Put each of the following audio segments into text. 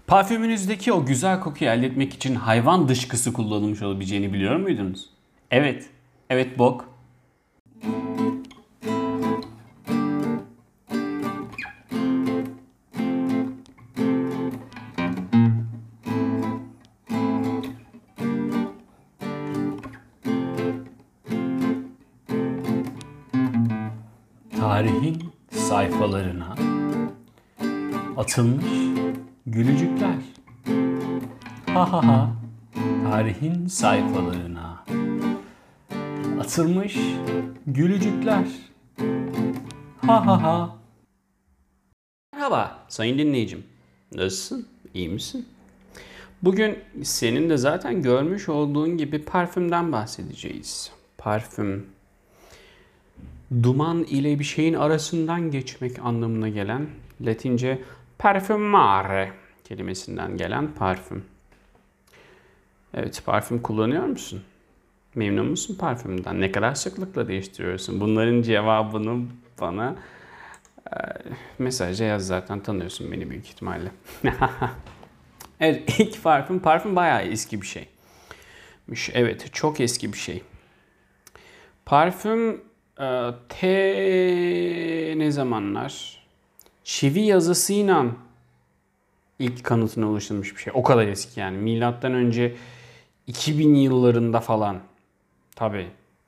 Parfümünüzdeki o güzel kokuyu elde etmek için hayvan dışkısı kullanılmış olabileceğini biliyor muydunuz? Evet. Evet bok. Tarihin sayfalarına atılmış gülücükler. Ha ha ha. Tarihin sayfalarına atılmış gülücükler. Ha ha ha. Merhaba sayın dinleyicim. Nasılsın? İyi misin? Bugün senin de zaten görmüş olduğun gibi parfümden bahsedeceğiz. Parfüm, duman ile bir şeyin arasından geçmek anlamına gelen Latince perfumare kelimesinden gelen parfüm. Evet, parfüm kullanıyor musun? Memnun musun parfümden? Ne kadar sıklıkla değiştiriyorsun? Bunların cevabını bana mesajda yaz, zaten tanıyorsun beni büyük ihtimalle. Evet, ilk parfüm bayağı eski bir şeymiş. Evet, çok eski bir şey. Parfüm ne zamanlar? Çivi yazısıyla ilk kanıtına ulaşılmış bir şey. O kadar eski yani. Milattan önce 2000 yıllarında falan. Tabii.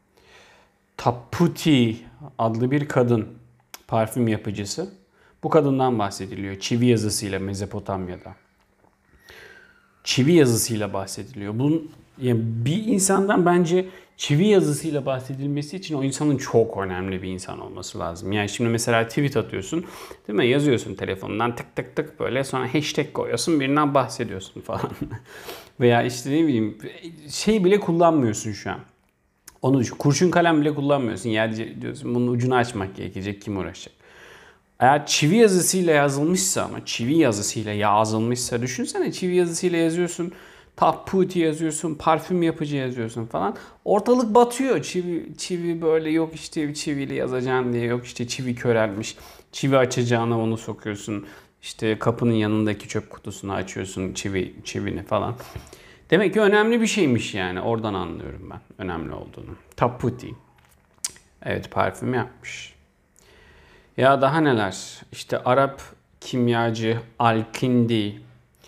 Taputi adlı bir kadın parfüm yapıcısı. Bu kadından bahsediliyor. Çivi yazısıyla Mezopotamya'da. Çivi yazısıyla bahsediliyor. Bunun, yani bir insandan bence çivi yazısıyla bahsedilmesi için o insanın çok önemli bir insan olması lazım. Yani şimdi mesela tweet atıyorsun, değil mi? Yazıyorsun telefonundan tık tık tık böyle, sonra hashtag koyuyorsun, birinden bahsediyorsun falan. Veya işte ne bileyim, şey bile kullanmıyorsun şu an. Onu düşün. Kurşun kalem bile kullanmıyorsun. Yani diyorsun bunun ucunu açmak gerekecek, kim uğraşacak? Eğer çivi yazısıyla yazılmışsa, ama çivi yazısıyla yazılmışsa, düşünsene, çivi yazısıyla yazıyorsun. Taputi yazıyorsun, parfüm yapıcı yazıyorsun falan. Ortalık batıyor. Çivi böyle, yok işte çiviyle yazacaksın diye, yok işte çivi körelmiş. Çivi açacağına onu sokuyorsun. İşte kapının yanındaki çöp kutusunu açıyorsun, çivini falan. Demek ki önemli bir şeymiş yani. Oradan anlıyorum ben önemli olduğunu. Taputi. Evet, parfüm yapmış. Ya daha neler? İşte Arap kimyacı Al-Kindi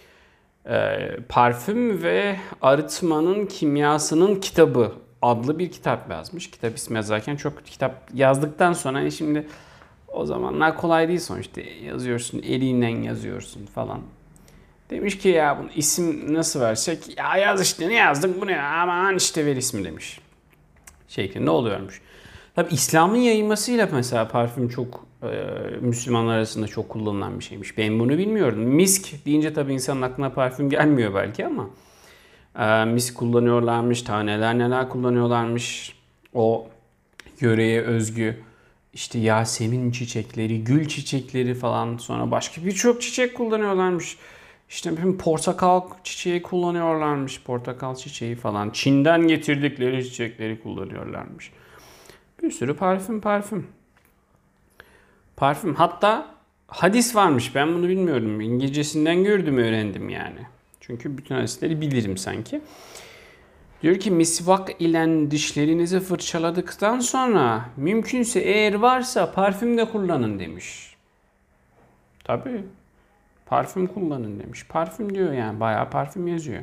Parfüm ve Arıtmanın Kimyasının Kitabı adlı bir kitap yazmış. Kitap ismi yazarken, çok kitap yazdıktan sonra şimdi o zamanlar kolay değil sonuçta, yazıyorsun, elinden yazıyorsun falan. Demiş ki ya bunu isim nasıl versek? Ya yaz işte, ne yazdık bu ne? Aman işte ver ismi demiş. Şeklinde oluyormuş. Tabi İslam'ın yayılmasıyla mesela parfüm çok Müslümanlar arasında çok kullanılan bir şeymiş. Ben bunu bilmiyordum. Misk deyince tabi insanın aklına parfüm gelmiyor belki, ama misk kullanıyorlarmış, taneler neler kullanıyorlarmış. O yöreye özgü işte Yasemin çiçekleri, gül çiçekleri falan, sonra başka birçok çiçek kullanıyorlarmış. İşte portakal çiçeği kullanıyorlarmış, portakal çiçeği falan. Çin'den getirdikleri çiçekleri kullanıyorlarmış. Bir sürü parfüm. Parfüm. Hatta hadis varmış. Ben bunu bilmiyordum. İngilizcesinden gördüm, öğrendim yani. Çünkü bütün hadisleri bilirim sanki. Diyor ki misvak ile dişlerinizi fırçaladıktan sonra mümkünse, eğer varsa, parfüm de kullanın demiş. Tabii. Parfüm kullanın demiş. Parfüm diyor yani. Bayağı parfüm yazıyor.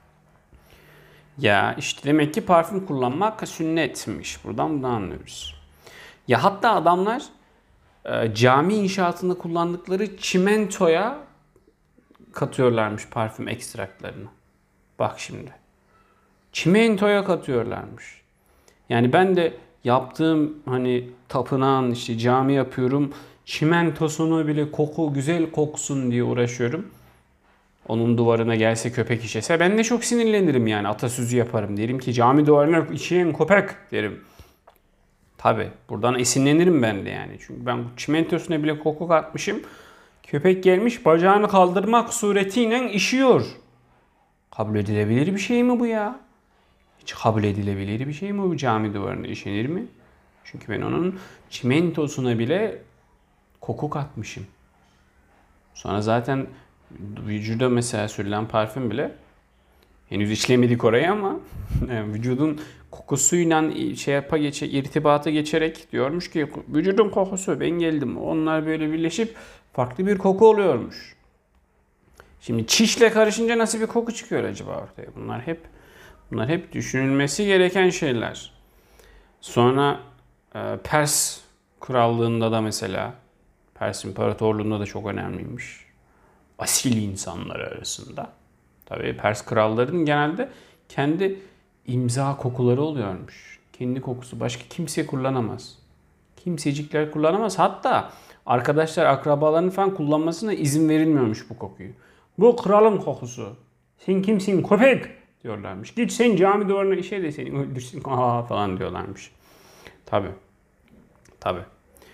Ya işte demek ki parfüm kullanmak sünnetmiş. Buradan bunu anlıyoruz. Ya hatta adamlar cami inşaatında kullandıkları çimentoya katıyorlarmış parfüm ekstraklarını. Bak şimdi. Çimentoya katıyorlarmış. Yani ben de yaptığım, hani tapınağın, işte cami yapıyorum, çimentosunu bile güzel koksun diye uğraşıyorum. Onun duvarına gelse köpek işese ben de çok sinirlenirim yani, atasözü yaparım. Derim ki cami duvarına işeyen köpek derim. Tabi buradan esinlenirim ben de yani. Çünkü ben çimentosuna bile koku katmışım. Köpek gelmiş bacağını kaldırmak suretiyle işiyor. Kabul edilebilir bir şey mi bu ya? Hiç kabul edilebilir bir şey mi bu, cami duvarına işenir mi? Çünkü ben onun çimentosuna bile koku katmışım. Sonra zaten Vücuda mesela sürülen parfüm bile henüz işlemedik oraya ama yani vücudun kokusuyla irtibata geçerek diyormuş ki vücudun kokusu ben geldim. Onlar böyle birleşip farklı bir koku oluyormuş. Şimdi çişle karışınca nasıl bir koku çıkıyor acaba ortaya? Bunlar hep düşünülmesi gereken şeyler. Sonra Pers krallığında da mesela Pers İmparatorluğunda da çok önemliymiş. Asil insanlar arasında. Tabii Pers krallarının genelde kendi imza kokuları oluyormuş. Kendi kokusu başka kimse kullanamaz. Kimsecikler kullanamaz. Hatta arkadaşlar, akrabalarının falan kullanmasına izin verilmiyormuş bu kokuyu. Bu kralın kokusu. Sen kimsin köpek diyorlarmış. Git sen cami duvarına işe de seni öldürsün falan diyorlarmış. Tabii. Tabii.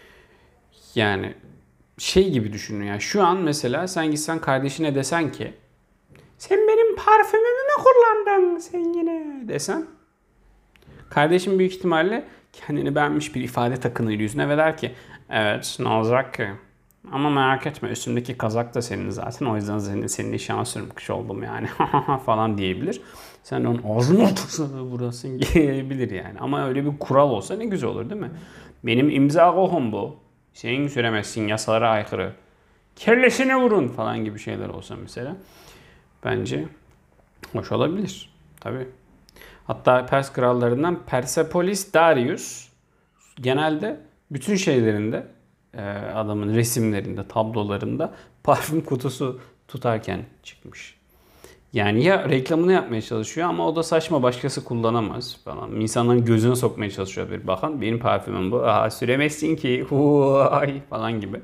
Yani şey gibi düşünün ya. Şu an mesela sen gitsen kardeşine desen ki sen benim parfümümü mü kullandın sen yine desen. Kardeşim büyük ihtimalle kendini beğenmiş bir ifade takınır yüzüne ve der ki evet ne olacak ki? Ama merak etme üstümdeki kazak da senin zaten o yüzden senin nişana sürmüş oldum yani falan diyebilir. Sen de onun ağzını ortasına vurasın diyebilir yani. Ama öyle bir kural olsa ne güzel olur değil mi? Benim imza kokum bu. Senin süremezsin, yasalara aykırı. Kellesine vurun falan gibi şeyler olsa mesela. Bence hoş olabilir. Tabii. Hatta Pers krallarından Persepolis Darius genelde bütün şeylerinde adamın resimlerinde, tablolarında parfüm kutusu tutarken çıkmış. Yani ya reklamını yapmaya çalışıyor ama o da saçma, başkası kullanamaz falan. İnsanların gözüne sokmaya çalışıyor bir bakan. Benim parfümüm bu. Aha, süremezsin ki. Huay falan gibi.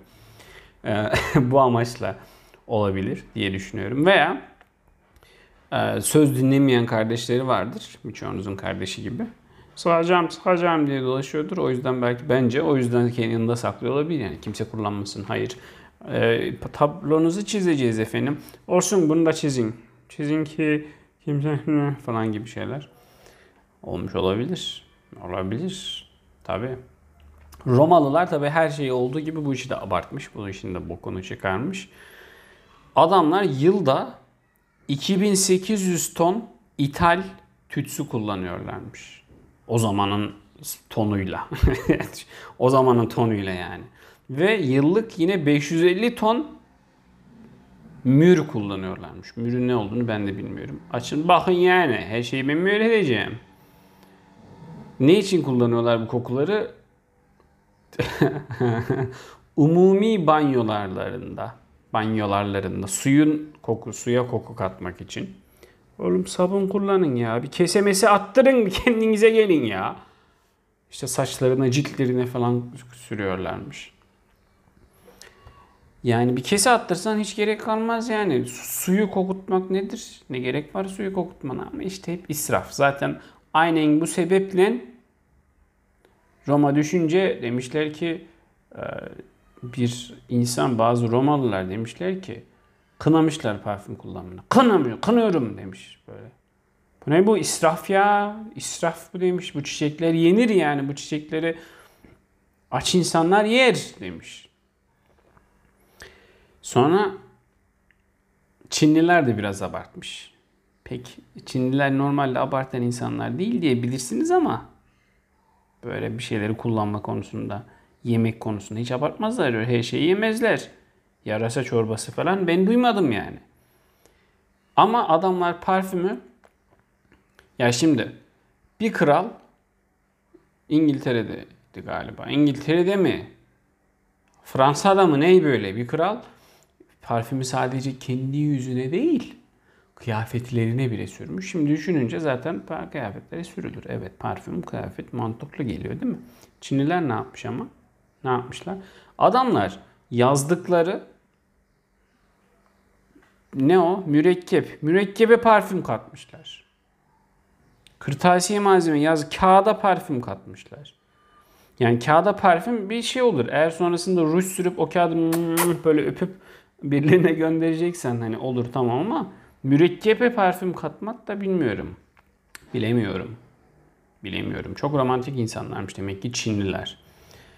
Bu amaçla olabilir diye düşünüyorum. Veya söz dinlemeyen kardeşleri vardır. Birçoğunuzun kardeşi gibi. Sıkacağım diye dolaşıyordur. O yüzden bence o yüzden kendi yanında saklıyor olabilir. Yani kimse kullanmasın. Hayır. Tablonuzu çizeceğiz efendim. Olsun bunu da çizin. Çizin ki kimse falan gibi şeyler olmuş olabilir. Olabilir. Tabii. Romalılar tabii her şeyi olduğu gibi bu işi de abartmış. Bu işin de bokunu çıkarmış. Adamlar yılda 2800 ton ithal tütsü kullanıyorlarmış. O zamanın tonuyla. O zamanın tonuyla yani. Ve yıllık yine 550 ton mür kullanıyorlarmış. Mürün ne olduğunu ben de bilmiyorum. Açın bakın yani. Her şeyi ben mi öğreteceğim? Ne için kullanıyorlar bu kokuları? Umumi banyolarlarında suya koku katmak için. Oğlum sabun kullanın ya. Bir kesemesi attırın, bir kendinize gelin ya. İşte saçlarına, ciltlerine falan sürüyorlarmış. Yani bir kese attırsan hiç gerek kalmaz yani. Suyu kokutmak nedir? Ne gerek var suyu kokutmana? Ama işte hep israf. Zaten aynen bu sebeple Roma düşünce demişler ki bir insan, bazı Romalılar demişler ki kınamışlar parfüm kullanımını. Kınıyorum demiş böyle. Bu ne bu israf ya? İsraf bu demiş. Bu çiçekler yenir yani. Bu çiçekleri aç insanlar yer demiş. Sonra Çinliler de biraz abartmış. Pek Çinliler normalde abartan insanlar değil diye bilirsiniz ama böyle bir şeyleri kullanma konusunda, yemek konusunda hiç abartmazlar. Öyle her şeyi yemezler. Yarasa çorbası falan ben duymadım yani. Ama adamlar parfümü, ya şimdi bir kral İngiltere'deydi galiba. İngiltere'de mi? Fransa'da mı ne böyle bir kral parfümü sadece kendi yüzüne değil kıyafetlerine bile sürmüş. Şimdi düşününce zaten kıyafetlere sürülür. Evet, parfüm, kıyafet mantıklı geliyor değil mi? Çinliler ne yapmış ama? Ne yapmışlar? Adamlar yazdıkları ne o? Mürekkep. Mürekkebe parfüm katmışlar. Kırtasiye malzeme kağıda parfüm katmışlar. Yani kağıda parfüm bir şey olur. Eğer sonrasında ruj sürüp o kağıdı böyle öpüp birilerine göndereceksen hani olur tamam ama mürekkebe parfüm katmak da bilmiyorum. Bilemiyorum. Çok romantik insanlarmış demek ki Çinliler.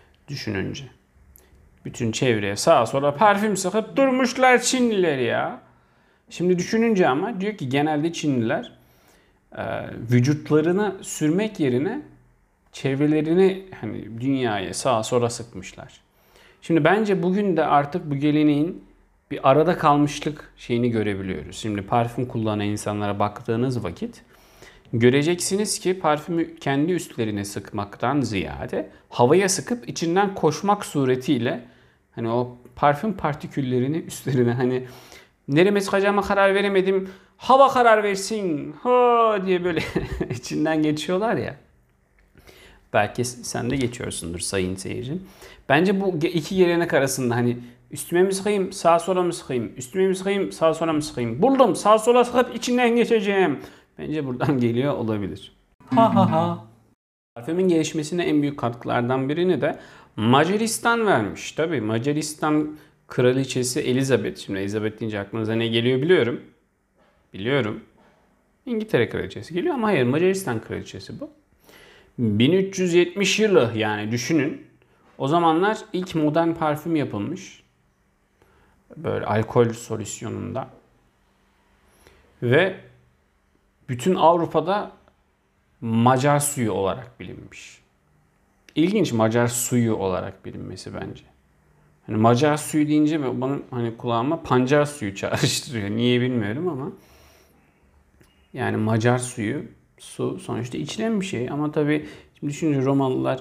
Düşününce. Bütün çevreye sağa sola parfüm sıkıp durmuşlar Çinliler ya. Şimdi düşününce ama diyor ki genelde Çinliler vücutlarına sürmek yerine çevrelerini hani dünyaya sağa sola sıkmışlar. Şimdi bence bugün de artık bu geleneğin bir arada kalmışlık şeyini görebiliyoruz. Şimdi parfüm kullanan insanlara baktığınız vakit göreceksiniz ki parfümü kendi üstlerine sıkmaktan ziyade havaya sıkıp içinden koşmak suretiyle hani o parfüm partiküllerini üstlerine hani nereme sıkacağıma karar veremedim. Hava karar versin. Ha diye böyle içinden geçiyorlar ya. Belki sen de geçiyorsundur sayın seyircim. Bence bu iki gelenek arasında hani üstüme mi sıkayım, sağa sola mı sıkayım, üstüme mi sıkayım, sağa sola mı sıkayım. Buldum, sağa sola sıkıp içinden geçeceğim. Bence buradan geliyor olabilir. Ha ha ha. Parfümün gelişmesine en büyük katkılardan birini de Macaristan vermiş. Tabii Macaristan kraliçesi Elizabeth. Şimdi Elizabeth deyince aklınıza ne geliyor biliyorum. Biliyorum. İngiltere kraliçesi geliyor ama hayır, Macaristan kraliçesi bu. 1370 yılı yani düşünün. O zamanlar ilk modern parfüm yapılmış. Böyle alkol solüsyonunda. Ve bütün Avrupa'da Macar suyu olarak bilinmiş. İlginç Macar suyu olarak bilinmesi bence. Hani Macar suyu deyince bana hani kulağıma pancar suyu çağrıştırıyor. Niye bilmiyorum ama. Yani Macar suyu, su sonuçta içilen bir şey. Ama tabii şimdi düşününce Romalılar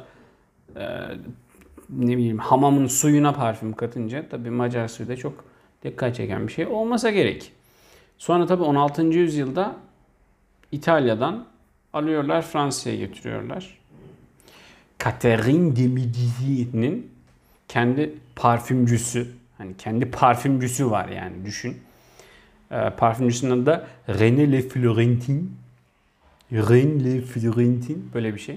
ne bileyim hamamın suyuna parfüm katınca tabii Macar suyu da çok dikkat çeken bir şey olmasa gerek. Sonra tabii 16. yüzyılda İtalya'dan alıyorlar Fransa'ya getiriyorlar. Catherine de Medici'nin kendi parfümcüsü, hani kendi parfümcüsü var yani düşün. Parfümcüsünün adı da René Le Florentin. René Le Florentin böyle bir şey.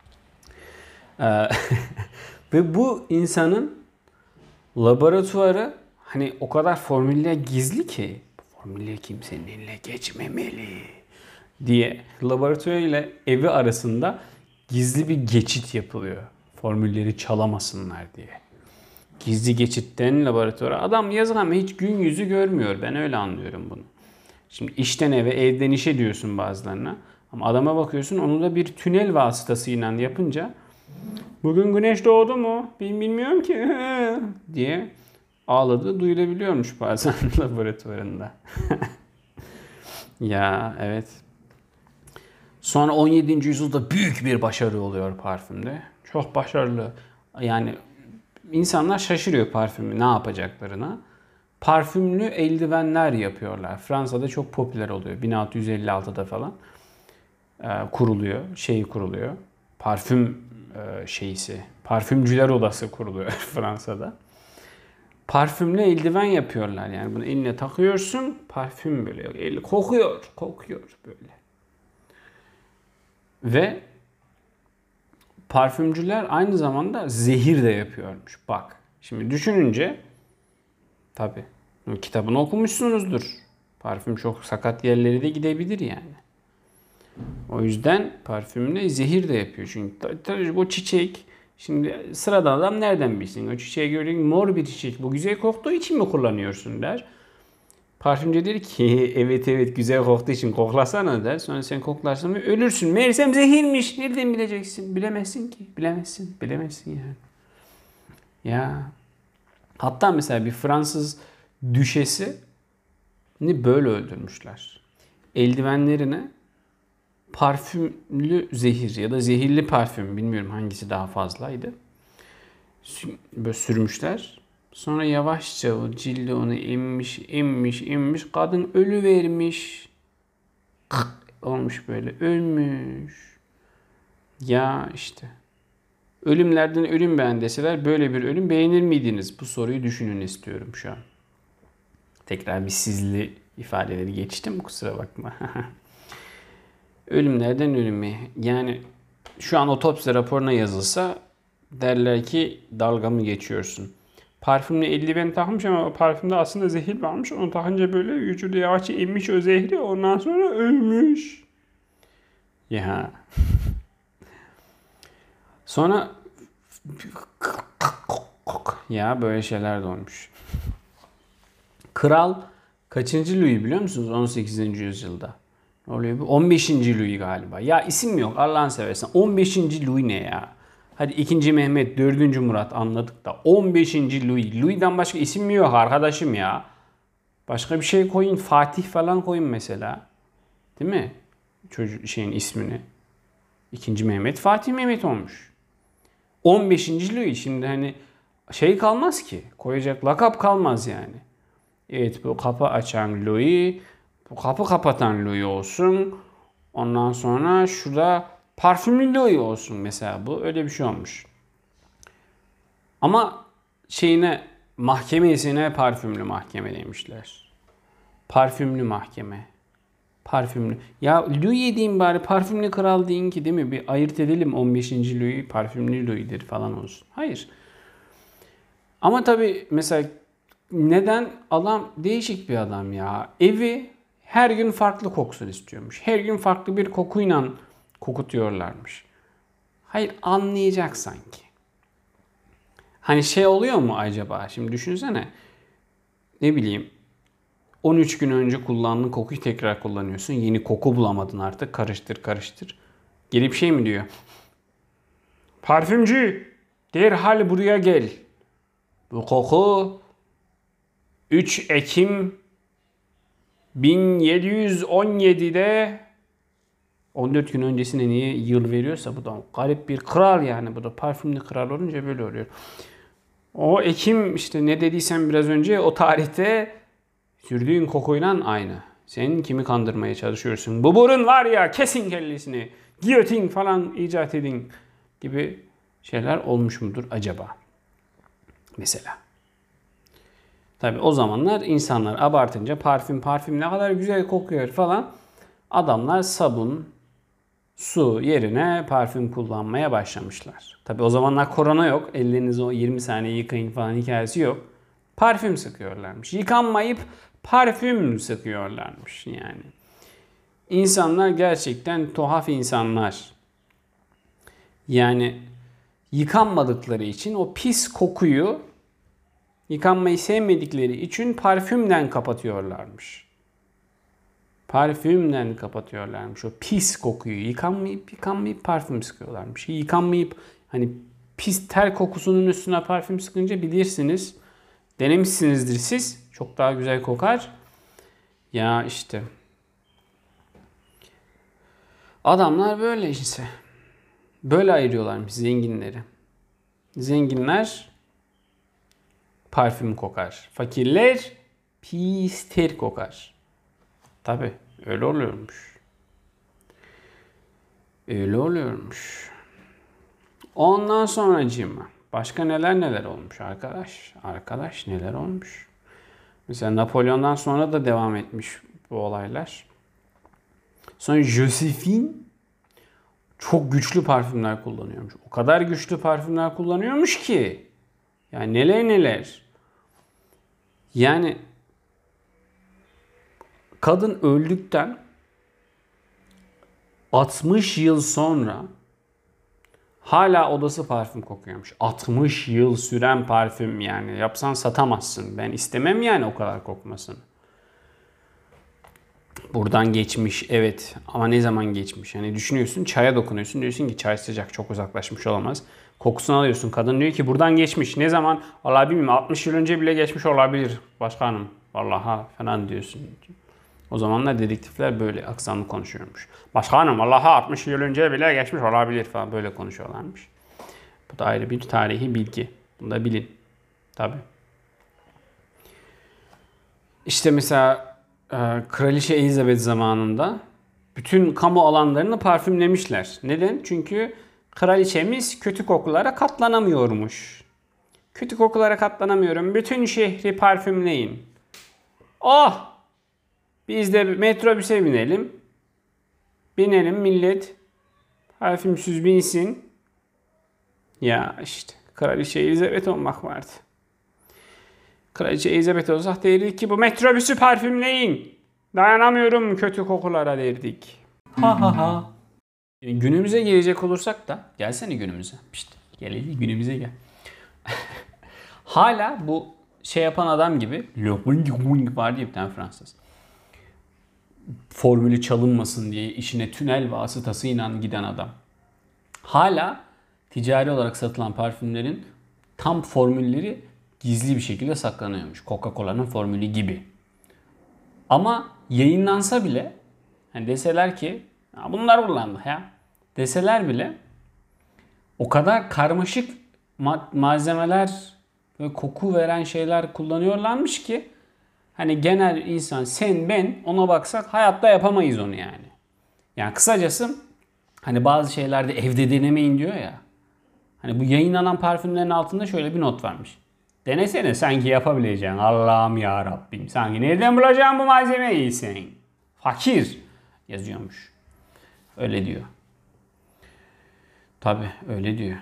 Ve bu insanın laboratuvarı hani o kadar formülle gizli ki formülle kimsenin eline geçmemeli diye laboratuvar ile evi arasında gizli bir geçit yapılıyor. Formülleri çalamasınlar diye. Gizli geçitten laboratuvara. Adam yazık ama hiç gün yüzü görmüyor. Ben öyle anlıyorum bunu. Şimdi işten eve, evden işe diyorsun bazılarına. Ama adama bakıyorsun onu da bir tünel vasıtasıyla yapınca bugün güneş doğdu mu? Ben bilmiyorum ki diye ağladığı duyulabiliyormuş bazen laboratuvarında. Ya evet. Sonra 17. yüzyılda büyük bir başarı oluyor parfümde. Çok başarılı. Yani insanlar şaşırıyor parfümü ne yapacaklarına. Parfümlü eldivenler yapıyorlar. Fransa'da çok popüler oluyor. 1656'da falan kuruluyor. Kuruluyor. Parfüm parfümcüler odası kuruluyor Fransa'da. Parfümlü eldiven yapıyorlar yani. Bunu eline takıyorsun. Parfüm böyle. El kokuyor. Kokuyor böyle. Ve parfümcüler aynı zamanda zehir de yapıyormuş. Bak. Şimdi düşününce tabii kitabını okumuşsunuzdur. Parfüm çok sakat yerlere de gidebilir yani. O yüzden parfümle zehir de yapıyor. Çünkü tabii bu çiçek şimdi sıradan adam nereden bilsin? O çiçeği gördüğün mor bir çiçek. Bu güzel koktuğu için mi kullanıyorsun der. Parfümcü der ki evet güzel koktuğu için koklasana der. Sonra sen koklarsın ve ölürsün. Meğersem zehirmiş. Nereden bileceksin? Bilemezsin ki. Bilemezsin yani. Ya. Hatta mesela bir Fransız düşesi ni böyle öldürmüşler. Eldivenlerine parfümlü zehir ya da zehirli parfüm bilmiyorum hangisi daha fazlaydı. Böyle sürmüşler. Sonra yavaşça o cildi onu emmiş. Kadın ölü vermiş. Olmuş böyle ölmüş. Ya işte. Ölümlerden ölüm beğen deseler böyle bir ölüm beğenir miydiniz? Bu soruyu düşünün istiyorum şu an. Tekrar bir sizli ifadeleri geçtim kusura bakma. Ölümlerden ölüme. Yani şu an otopsi raporuna yazılsa derler ki dalga mı geçiyorsun? Parfümle eldiven takmış ama o parfümde aslında zehir varmış. Onu takınca böyle vücudu yavaşça emmiş o zehri ondan sonra ölmüş. Ya. Sonra ya böyle şeyler de olmuş. Kral Kaçıncı Louis biliyor musunuz? 18. yüzyılda. Ne oluyor bu? 15. Louis galiba. Ya isim yok Allah'ını seversen. 15. Louis ne ya? Hadi 2. Mehmet, 4. Murat anladık da 15. Louis. Louis'den başka isim mi yok arkadaşım ya? Başka bir şey koyun. Fatih falan koyun mesela. Değil mi? Çocuk şeyin ismini. 2. Mehmet Fatih Mehmet olmuş. 15. Louis. Şimdi hani şey kalmaz ki. Koyacak lakap kalmaz yani. Evet bu kapı açan Louis. Bu kapı kapatan Louis olsun. Ondan sonra şurada parfümlü Louis olsun mesela. Bu öyle bir şey olmuş. Ama mahkemesine parfümlü mahkeme demişler. Parfümlü mahkeme. Parfümlü. Ya Louis diyeyim bari parfümlü kral deyin ki değil mi? Bir ayırt edelim 15. Louis parfümlü Louis'dir falan olsun. Hayır. Ama tabii mesela neden? Adam değişik bir adam ya. Evi her gün farklı koksun istiyormuş. Her gün farklı bir kokuyla kokutuyorlarmış. Hayır anlayacak sanki. Hani şey oluyor mu acaba? Şimdi düşünsene. Ne bileyim 13 gün önce kullandığın kokuyu tekrar kullanıyorsun. Yeni koku bulamadın artık. Karıştır karıştır. Gelip şey mi diyor? Parfümcü derhal buraya gel. Bu koku 3 Ekim 1717'de 14 gün öncesine niye yıl veriyorsa bu da garip bir kral yani. Bu da parfümlü kral olunca böyle oluyor. O Ekim işte ne dediysen biraz önce o tarihte sürdüğün kokuyla aynı. Sen kimi kandırmaya çalışıyorsun? Bu burun var ya kesin kellesini. Giyotin falan icat edin gibi şeyler olmuş mudur acaba? Mesela. Tabi o zamanlar insanlar abartınca parfüm ne kadar güzel kokuyor falan. Adamlar sabun, su yerine parfüm kullanmaya başlamışlar. Tabi o zamanlar korona yok. Ellerinizi o 20 saniye yıkayın falan hikayesi yok. Parfüm sıkıyorlarmış. Yıkanmayıp parfüm sıkıyorlarmış yani. İnsanlar gerçekten tuhaf insanlar. Yani yıkanmadıkları için o pis kokuyu yıkanmayı sevmedikleri için parfümden kapatıyorlarmış. Parfümden kapatıyorlarmış. O pis kokuyu yıkanmayıp parfüm sıkıyorlarmış. Yıkanmayıp hani pis ter kokusunun üstüne parfüm sıkınca bilirsiniz. Denemişsinizdir siz. Çok daha güzel kokar. Ya işte. Adamlar böyle işte. Böyle ayırıyorlarmış zenginleri. Zenginler parfüm kokar. Fakirler pis ter kokar. Tabi öyle oluyormuş. Öyle oluyormuş. Ondan sonracığıma başka neler olmuş arkadaş? Arkadaş neler olmuş? Mesela Napolyon'dan sonra da devam etmiş bu olaylar. Sonra Josephine çok güçlü parfümler kullanıyormuş. O kadar güçlü parfümler kullanıyormuş ki. Yani neler. Yani kadın öldükten 60 yıl sonra hala odası parfüm kokuyormuş. 60 yıl süren parfüm yani. Yapsan satamazsın. Ben istemem yani o kadar kokmasını. Buradan geçmiş evet ama ne zaman geçmiş? Yani düşünüyorsun çaya dokunuyorsun diyorsun ki çay sıcak çok uzaklaşmış olamaz. Kokusunu alıyorsun. Kadın diyor ki buradan geçmiş. Ne zaman? Vallahi bilmiyorum 60 yıl önce bile geçmiş olabilir başkanım. Vallahi falan diyorsun. O zamanlar dedektifler böyle aksanlı konuşuyormuş. Başkanım vallahi 60 yıl önce bile geçmiş olabilir falan böyle konuşuyorlarmış. Bu da ayrı bir tarihi bilgi. Bunu da bilin. Tabii. İşte mesela Kraliçe Elizabeth zamanında bütün kamu alanlarını parfümlemişler. Neden? Çünkü kraliçemiz kötü kokulara katlanamıyormuş. Kötü kokulara katlanamıyorum. Bütün şehri parfümleyin. Oh! Biz de metrobüse binelim. Binelim millet. Parfümsüz binsin. Ya işte Kraliçe Elizabeth olmak vardı. Kraliçe Elizabeth olsak derdik ki bu metrobüsü parfümleyin. Dayanamıyorum kötü kokulara derdik. Ha ha ha. Günümüze gelecek olursak da gelsene günümüze. İşte günümüze gel. Hala bu şey yapan adam gibi, var diye bir tane Fransız. Formülü çalınmasın diye işine tünel vasıtasıyla giden adam. Hala ticari olarak satılan parfümlerin tam formülleri gizli bir şekilde saklanıyormuş. Coca-Cola'nın formülü gibi. Ama yayınlansa bile, hani deseler ki bunlar kullandı ya, deseler bile o kadar karmaşık malzemeler ve koku veren şeyler kullanıyorlarmış ki hani genel insan, sen ben ona baksak hayatta yapamayız onu yani. Yani kısacası hani bazı şeylerde evde denemeyin diyor ya. Hani bu yayınlanan parfümlerin altında şöyle bir not varmış. Denesene sanki yapabileceğin. Allah'ım ya Rabbim. Sanki nereden bulacağım bu malzemeyi sen? Fakir yazıyormuş. Öyle diyor. Tabii öyle diyor.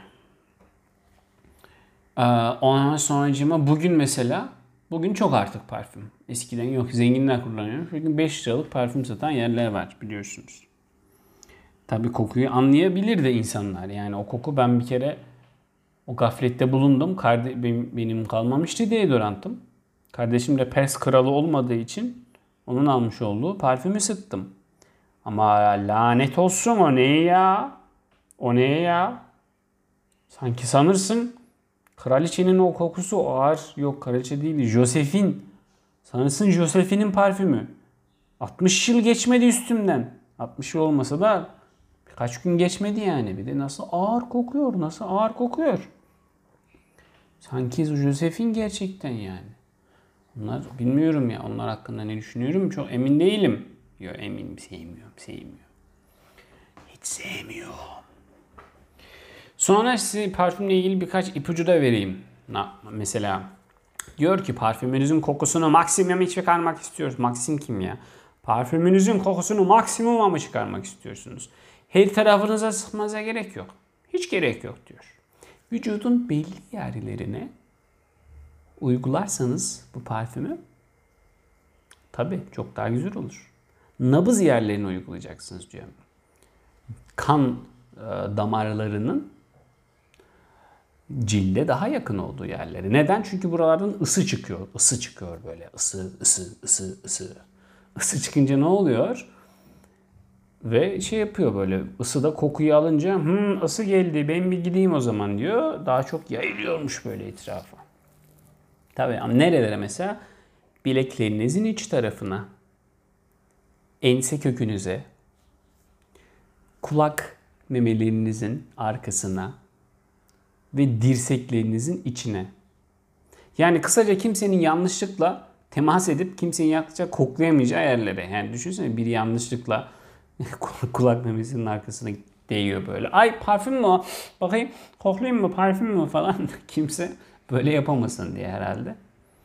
Ondan sonracığıma bugün mesela, bugün çok artık parfüm. Eskiden yok, zenginler kullanıyor. Bugün 5 liralık parfüm satan yerler var biliyorsunuz. Tabii kokuyu anlayabilir de insanlar. Yani o koku, ben bir kere o gaflette bulundum. Benim kalmamıştı deodorantım. Kardeşim de Pers kralı olmadığı için onun almış olduğu parfümü sıktım. Ama lanet olsun, o ne ya? O ne ya? Sanki sanırsın kraliçenin o kokusu ağır. Yok, kraliçe değil. Josephine. Sanırsın Josephine'in parfümü. 60 yıl geçmedi üstümden. 60 yıl olmasa da birkaç gün geçmedi yani. Bir de nasıl ağır kokuyor. Nasıl ağır kokuyor. Sanki Josephine gerçekten yani. Onlar bilmiyorum ya. Onlar hakkında ne düşünüyorum çok emin değilim. Yok, eminim, sevmiyorum. Hiç sevmiyorum. Sonra size parfümle ilgili birkaç ipucu da vereyim. Mesela diyor ki parfümünüzün kokusunu maksimuma çıkarmak istiyoruz. Maksim kim ya? Parfümünüzün kokusunu maksimuma mı çıkarmak istiyorsunuz? Her tarafınıza sıkmanıza gerek yok. Hiç gerek yok diyor. Vücudun belli yerlerine uygularsanız bu parfümü tabii çok daha güzel olur. Nabız yerlerine uygulayacaksınız diyor. Kan damarlarının cilde daha yakın olduğu yerleri. Neden? Çünkü buralardan ısı çıkıyor. Isı çıkıyor böyle. Isı. Isı çıkınca ne oluyor? Ve şey yapıyor böyle. Isı da kokuyu alınca ısı geldi, ben bir gideyim o zaman diyor. Daha çok yayılıyormuş böyle etrafa. Tabii ama nerelere mesela? Bileklerinizin iç tarafına, ense kökünüze, kulak memelerinizin arkasına ve dirseklerinizin içine. Yani kısaca kimsenin yanlışlıkla temas edip kimsenin yanlışlıkla koklayamayacağı yerlere. Yani düşünsene, biri yanlışlıkla kulak memesinin arkasına değiyor böyle. Ay parfüm mü o? Bakayım koklayayım mı, parfüm mü falan. Kimse böyle yapamasın diye herhalde.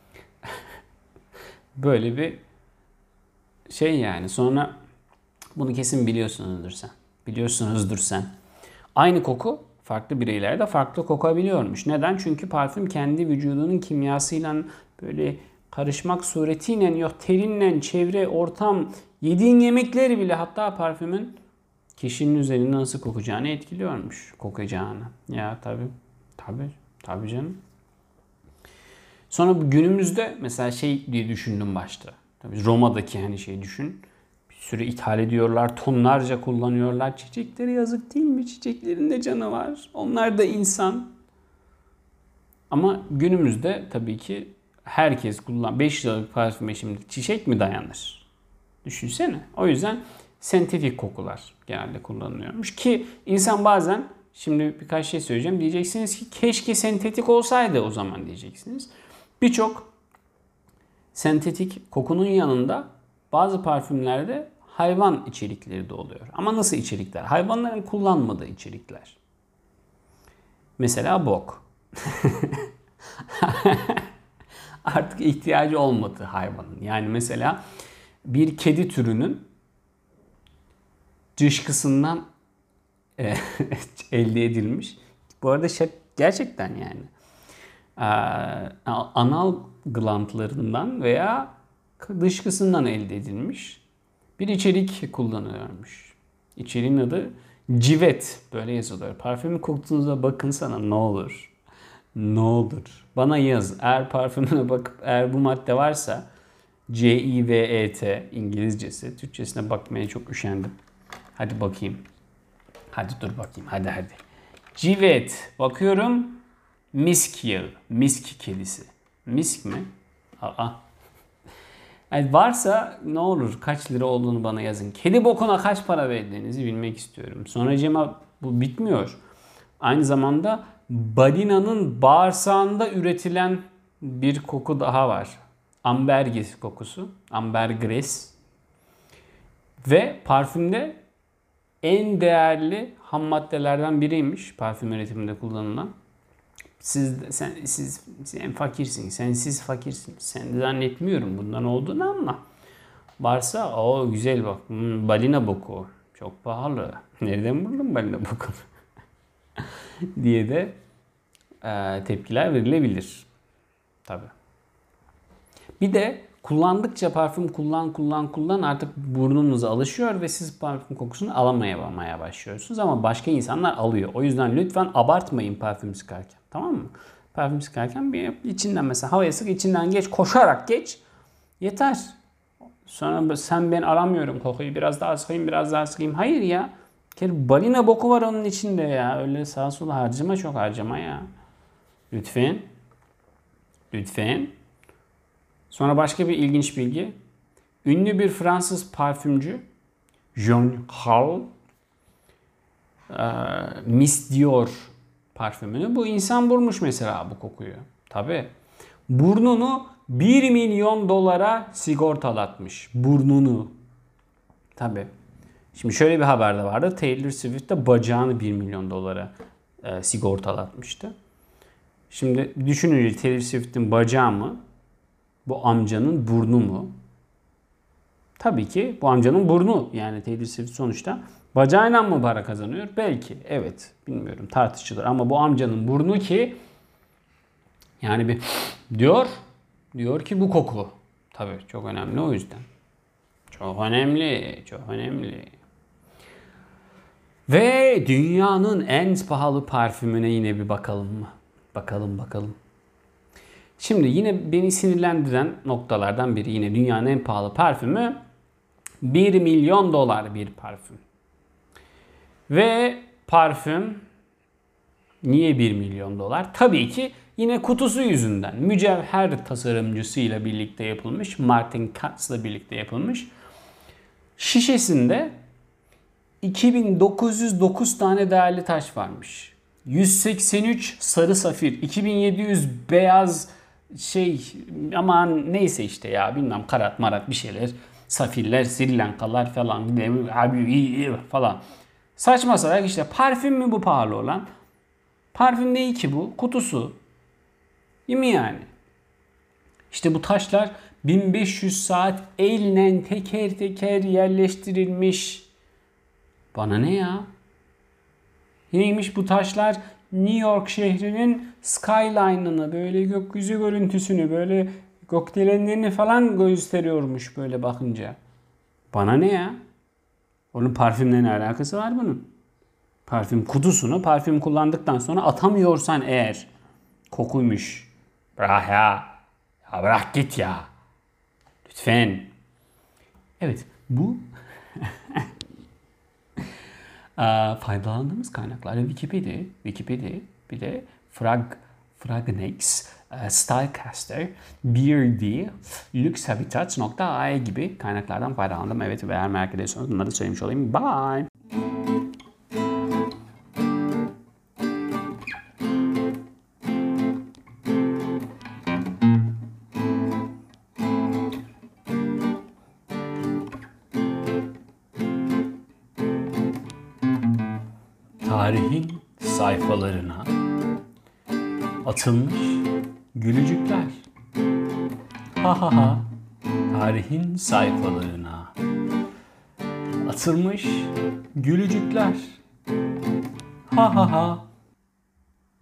Böyle bir şey yani. Sonra bunu kesin biliyorsunuzdur sen. Aynı koku farklı bireylerde farklı kokabiliyormuş. Neden? Çünkü parfüm kendi vücudunun kimyasıyla böyle karışmak suretiyle, yok terinle, çevre, ortam, yediğin yemekleri bile, hatta parfümün kişinin üzerinde nasıl kokacağını etkiliyormuş. Kokacağını. Ya tabii canım. Sonra günümüzde mesela şey diye düşündüm başta. Tabii Roma'daki hani şey düşün. Bir sürü ithal ediyorlar, tonlarca kullanıyorlar. Çiçekleri yazık değil mi? Çiçeklerin de canı var. Onlar da insan. Ama günümüzde tabii ki herkes 5 liralık parfüme şimdi çiçek mi dayanır? Düşünsene. O yüzden sentetik kokular genelde kullanılıyormuş ki insan bazen, şimdi birkaç şey söyleyeceğim, diyeceksiniz ki keşke sentetik olsaydı o zaman diyeceksiniz. Birçok sentetik kokunun yanında bazı parfümlerde hayvan içerikleri de oluyor. Ama nasıl içerikler? Hayvanların kullanmadığı içerikler. Mesela bok. Artık ihtiyacı olmadığı hayvanın. Yani mesela bir kedi türünün dışkısından elde edilmiş. Bu arada gerçekten yani anal glandlarından veya dışkısından elde edilmiş bir içerik kullanılıyormuş. İçeriğin adı civet, böyle yazılıyor. Parfümü koktuğunuzda bakın sana ne olur. Ne olur bana yaz. Eğer parfümüne bakıp eğer bu madde varsa CIVET İngilizcesi. Türkçesine bakmaya çok üşendim. Hadi bakayım. Hadi dur bakayım. Hadi. Civet. Bakıyorum. Misk yağı. Misk kedisi. Misk mi? Aa. Yani varsa ne olur kaç lira olduğunu bana yazın. Kedi bokuna kaç para verdiğinizi bilmek istiyorum. Sonracığıma bu bitmiyor. Aynı zamanda balinanın bağırsağında üretilen bir koku daha var. Ambergris kokusu. Ambergris. Ve parfümde en değerli ham maddelerden biriymiş parfüm üretiminde kullanılan. Sen fakirsin, sensiz fakirsin. Sen de zannetmiyorum bundan olduğunu ama varsa o güzel bak. Balina boku. Çok pahalı. Nereden buldun balina bokunu? diye de tepkiler verilebilir. Tabii. Bir de kullandıkça parfüm kullan artık burnunuza alışıyor ve siz parfüm kokusunu alamaya başlıyorsunuz ama başka insanlar alıyor. O yüzden lütfen abartmayın parfüm sıkarken. Tamam mı? Parfüm sıkarken bir içinden mesela havaya sık, içinden geç, koşarak geç. Yeter. Sonra sen ben aramıyorum kokuyu, biraz daha sıkayım. Hayır ya. Bir kere balina boku var onun içinde ya. Öyle sağa sola çok harcama ya. Lütfen. Sonra başka bir ilginç bilgi. Ünlü bir Fransız parfümcü Jean Paul Miss Dior parfümünü bu insan bulmuş mesela bu kokuyu. Tabii. Burnunu 1 milyon dolara sigortalatmış. Burnunu. Tabii. Şimdi şöyle bir haber de vardı. Taylor Swift de bacağını 1 milyon dolara sigortalatmıştı. Şimdi düşününce Taylor Swift'in bacağı mı? Bu amcanın burnu mu? Tabii ki bu amcanın burnu. Yani Taylor Swift sonuçta bacağıyla mı para kazanıyor? Belki. Evet. Bilmiyorum. Tartışılır. Ama bu amcanın burnu ki yani bir diyor ki bu koku. Tabii çok önemli o yüzden. Çok önemli. Ve dünyanın en pahalı parfümüne yine bir bakalım mı? Bakalım. Şimdi yine beni sinirlendiren noktalardan biri yine dünyanın en pahalı parfümü 1 milyon dolar bir parfüm. Ve parfüm niye 1 milyon dolar? Tabii ki yine kutusu yüzünden. Mücevher tasarımcısıyla birlikte yapılmış. Martin Katz'la birlikte yapılmış. Şişesinde 2909 tane değerli taş varmış. 183 sarı safir, 2700 beyaz aman neyse işte ya bilmem karat marat bir şeyler. Safirler, Sri Lankalar falan. Saçma salak işte parfüm mü bu pahalı olan? Parfüm değil ki bu? Kutusu. Değil mi yani? İşte bu taşlar 1500 saat elle teker yerleştirilmiş. Bana ne ya? Neymiş bu taşlar? New York şehrinin skyline'ını, böyle gökyüzü görüntüsünü, böyle gökdelenlerini falan gösteriyormuş böyle bakınca. Bana ne ya? Onun parfümle ne alakası var bunun? Parfüm kutusunu parfüm kullandıktan sonra atamıyorsan eğer kokuymuş. Bırak ya. Ya bırak git ya. Lütfen. Evet bu faydalandığımız kaynaklar Wikipedia bir de Fragnex, Stylecaster, Beardy, Luxhabitats.ai gibi kaynaklardan faydalandım. Evet ve eğer merak ediyorsanız bunları da söylemiş olayım. Bye. Tarihin sayfalarına atılmış gülücükler. Ha. Tarihin sayfalarına atılmış gülücükler. Ha.